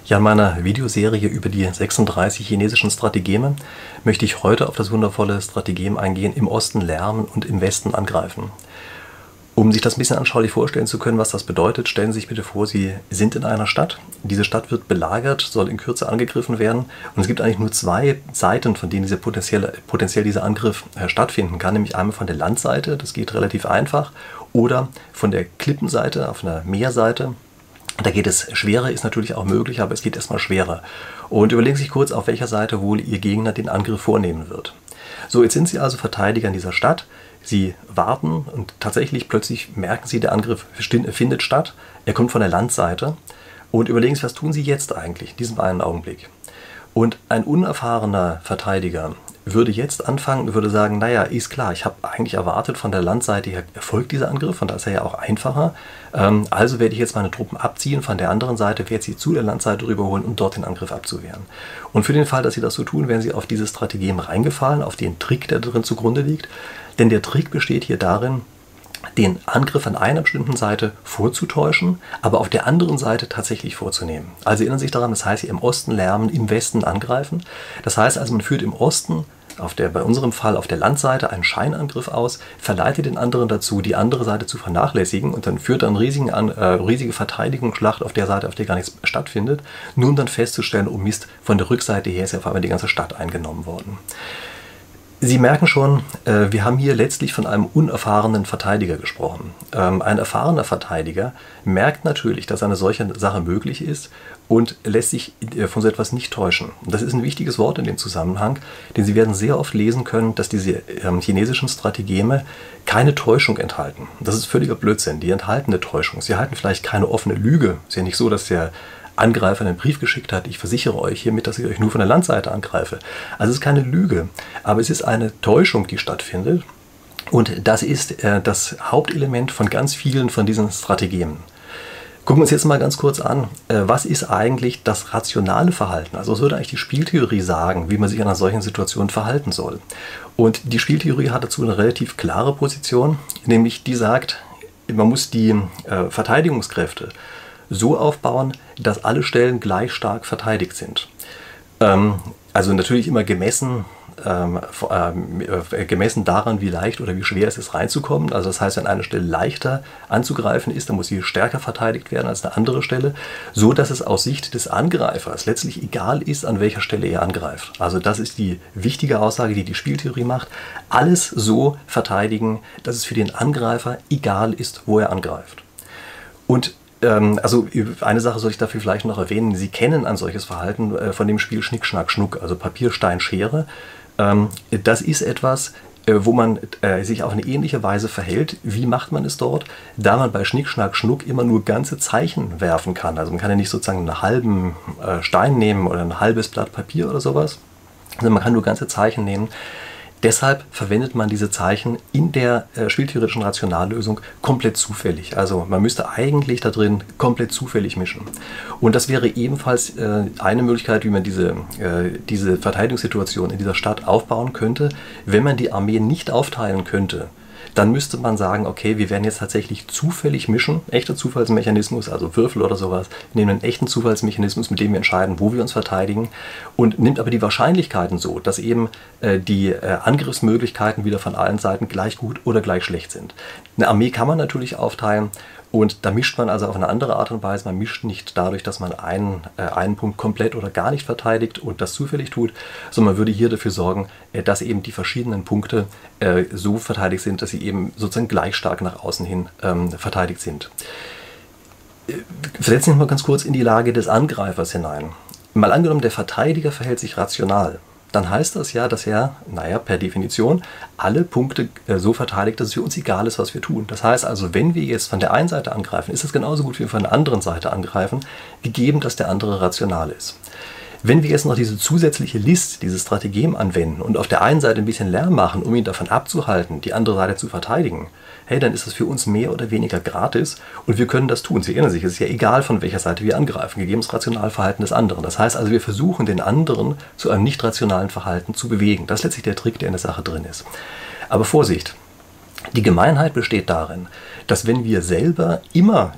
Ja, in meiner Videoserie über die 36 chinesischen Strategeme möchte ich heute auf das wundervolle Strategem eingehen: im Osten lärmen und im Westen angreifen. Um sich das ein bisschen anschaulich vorstellen zu können, was das bedeutet, stellen Sie sich bitte vor, Sie sind in einer Stadt. Diese Stadt wird belagert, soll in Kürze angegriffen werden. Und es gibt eigentlich nur zwei Seiten, von denen potenziell dieser Angriff stattfinden kann. Nämlich einmal von der Landseite, das geht relativ einfach, oder von der Klippenseite, auf einer Meerseite. Da geht es schwerer, ist natürlich auch möglich, aber es geht erstmal schwerer. Und überlegen Sie sich kurz, auf welcher Seite wohl Ihr Gegner den Angriff vornehmen wird. So, jetzt sind Sie also Verteidiger in dieser Stadt. Sie warten und tatsächlich plötzlich merken Sie, der Angriff findet statt. Er kommt von der Landseite. Und überlegen Sie, was tun Sie jetzt eigentlich, in diesem einen Augenblick. Und ein unerfahrener Verteidiger würde jetzt anfangen und würde sagen, naja, ist klar, ich habe eigentlich erwartet, von der Landseite her erfolgt dieser Angriff, und da ist er ja auch einfacher. Also werde ich jetzt meine Truppen abziehen, von der anderen Seite werde ich sie zu der Landseite rüberholen, um dort den Angriff abzuwehren. Und für den Fall, dass Sie das so tun, werden Sie auf dieses Strategem reingefallen, auf den Trick, der darin zugrunde liegt. Denn der Trick besteht hier darin, den Angriff an einer bestimmten Seite vorzutäuschen, aber auf der anderen Seite tatsächlich vorzunehmen. Also erinnern Sie sich daran, das heißt hier im Osten lärmen, im Westen angreifen. Das heißt also, man führt im Osten, bei unserem Fall auf der Landseite, einen Scheinangriff aus, verleitet den anderen dazu, die andere Seite zu vernachlässigen, und dann führt er eine riesige Verteidigungsschlacht auf der Seite, auf der gar nichts stattfindet, nur um dann festzustellen, oh Mist, von der Rückseite her ist ja auf einmal die ganze Stadt eingenommen worden. Sie merken schon, wir haben hier letztlich von einem unerfahrenen Verteidiger gesprochen. Ein erfahrener Verteidiger merkt natürlich, dass eine solche Sache möglich ist und lässt sich von so etwas nicht täuschen. Das ist ein wichtiges Wort in dem Zusammenhang, denn Sie werden sehr oft lesen können, dass diese chinesischen Strategeme keine Täuschung enthalten. Das ist völliger Blödsinn, die enthalten eine Täuschung. Sie halten vielleicht keine offene Lüge. Es ist ja nicht so, dass der Angreifer einen Brief geschickt hat: ich versichere euch hiermit, dass ich euch nur von der Landseite angreife. Also es ist keine Lüge, aber es ist eine Täuschung, die stattfindet, und das ist das Hauptelement von ganz vielen von diesen Strategien. Gucken wir uns jetzt mal ganz kurz an, was ist eigentlich das rationale Verhalten? Also was würde eigentlich die Spieltheorie sagen, wie man sich in einer solchen Situation verhalten soll? Und die Spieltheorie hat dazu eine relativ klare Position, nämlich die sagt, man muss die Verteidigungskräfte so aufbauen, dass alle Stellen gleich stark verteidigt sind. Also natürlich immer gemessen daran, wie leicht oder wie schwer es ist, reinzukommen. Also das heißt, wenn eine Stelle leichter anzugreifen ist, dann muss sie stärker verteidigt werden als eine andere Stelle, so dass es aus Sicht des Angreifers letztlich egal ist, an welcher Stelle er angreift. Also das ist die wichtige Aussage, die die Spieltheorie macht. Alles so verteidigen, dass es für den Angreifer egal ist, wo er angreift. Und also eine Sache soll ich dafür vielleicht noch erwähnen: Sie kennen ein solches Verhalten von dem Spiel Schnick, Schnack, Schnuck, also Papier, Stein, Schere. Das ist etwas, wo man sich auf eine ähnliche Weise verhält. Wie macht man es dort? Da man bei Schnick, Schnack, Schnuck immer nur ganze Zeichen werfen kann. Also man kann ja nicht sozusagen einen halben Stein nehmen oder ein halbes Blatt Papier oder sowas, sondern man kann nur ganze Zeichen nehmen. Deshalb verwendet man diese Zeichen in der spieltheoretischen Rationallösung komplett zufällig. Also man müsste eigentlich da drin komplett zufällig mischen. Und das wäre ebenfalls eine Möglichkeit, wie man diese Verteidigungssituation in dieser Stadt aufbauen könnte. Wenn man die Armee nicht aufteilen könnte, dann müsste man sagen, okay, wir werden jetzt tatsächlich zufällig mischen, echter Zufallsmechanismus, also Würfel oder sowas, nehmen einen echten Zufallsmechanismus, mit dem wir entscheiden, wo wir uns verteidigen, und nimmt aber die Wahrscheinlichkeiten so, dass eben die Angriffsmöglichkeiten wieder von allen Seiten gleich gut oder gleich schlecht sind. Eine Armee kann man natürlich aufteilen, und da mischt man also auf eine andere Art und Weise. Man mischt nicht dadurch, dass man einen Punkt komplett oder gar nicht verteidigt und das zufällig tut, sondern man würde hier dafür sorgen, dass eben die verschiedenen Punkte so verteidigt sind, dass sie eben sozusagen gleich stark nach außen hin verteidigt sind. Versetzen wir uns mal ganz kurz in die Lage des Angreifers hinein. Mal angenommen, der Verteidiger verhält sich rational. Dann heißt das ja, dass er, per Definition, alle Punkte so verteidigt, dass es für uns egal ist, was wir tun. Das heißt also, wenn wir jetzt von der einen Seite angreifen, ist es genauso gut, wie wir von der anderen Seite angreifen, gegeben, dass der andere rational ist. Wenn wir jetzt noch diese zusätzliche List, dieses Strategem anwenden und auf der einen Seite ein bisschen Lärm machen, um ihn davon abzuhalten, die andere Seite zu verteidigen, hey, dann ist das für uns mehr oder weniger gratis und wir können das tun. Sie erinnern sich, es ist ja egal, von welcher Seite wir angreifen, gegeben das Rationalverhalten des anderen. Das heißt also, wir versuchen, den anderen zu einem nicht rationalen Verhalten zu bewegen. Das ist letztlich der Trick, der in der Sache drin ist. Aber Vorsicht, die Gemeinheit besteht darin, dass wenn wir selber immer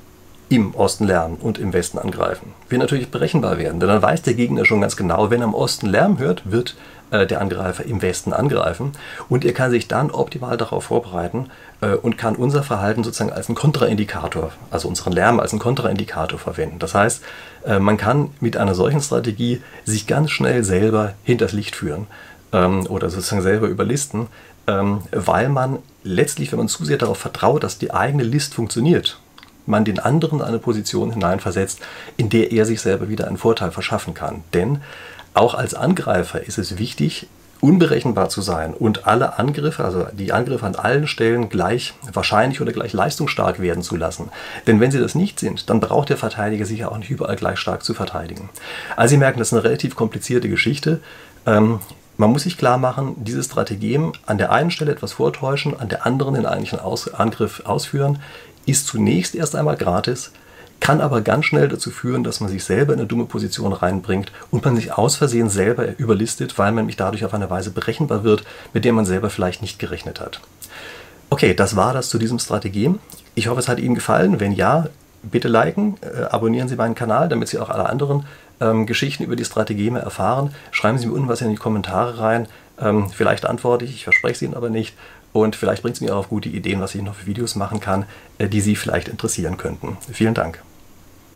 im Osten lärmen und im Westen angreifen, wird natürlich berechenbar werden. Denn dann weiß der Gegner schon ganz genau, wenn er im Osten Lärm hört, wird der Angreifer im Westen angreifen. Und er kann sich dann optimal darauf vorbereiten und kann unser Verhalten sozusagen als einen Kontraindikator, also unseren Lärm als einen Kontraindikator verwenden. Das heißt, man kann mit einer solchen Strategie sich ganz schnell selber hinters Licht führen oder sozusagen selber überlisten, weil man letztlich, wenn man zu sehr darauf vertraut, dass die eigene List funktioniert, man den anderen in eine Position hineinversetzt, in der er sich selber wieder einen Vorteil verschaffen kann. Denn auch als Angreifer ist es wichtig, unberechenbar zu sein und alle Angriffe, also die Angriffe an allen Stellen gleich wahrscheinlich oder gleich leistungsstark werden zu lassen. Denn wenn sie das nicht sind, dann braucht der Verteidiger sich ja auch nicht überall gleich stark zu verteidigen. Also Sie merken, das ist eine relativ komplizierte Geschichte. Man muss sich klar machen, dieses Stratagem an der einen Stelle etwas vortäuschen, an der anderen den eigentlichen Angriff ausführen, ist zunächst erst einmal gratis, kann aber ganz schnell dazu führen, dass man sich selber in eine dumme Position reinbringt und man sich aus Versehen selber überlistet, weil man nämlich dadurch auf eine Weise berechenbar wird, mit der man selber vielleicht nicht gerechnet hat. Okay, das war das zu diesem Stratagem. Ich hoffe, es hat Ihnen gefallen. Wenn ja, bitte liken, abonnieren Sie meinen Kanal, damit Sie auch alle anderen Geschichten über die Stratageme erfahren. Schreiben Sie mir unten was in die Kommentare rein. Vielleicht antworte ich verspreche es Ihnen aber nicht. Und vielleicht bringt es mir auch auf gute Ideen, was ich noch für Videos machen kann, die Sie vielleicht interessieren könnten. Vielen Dank.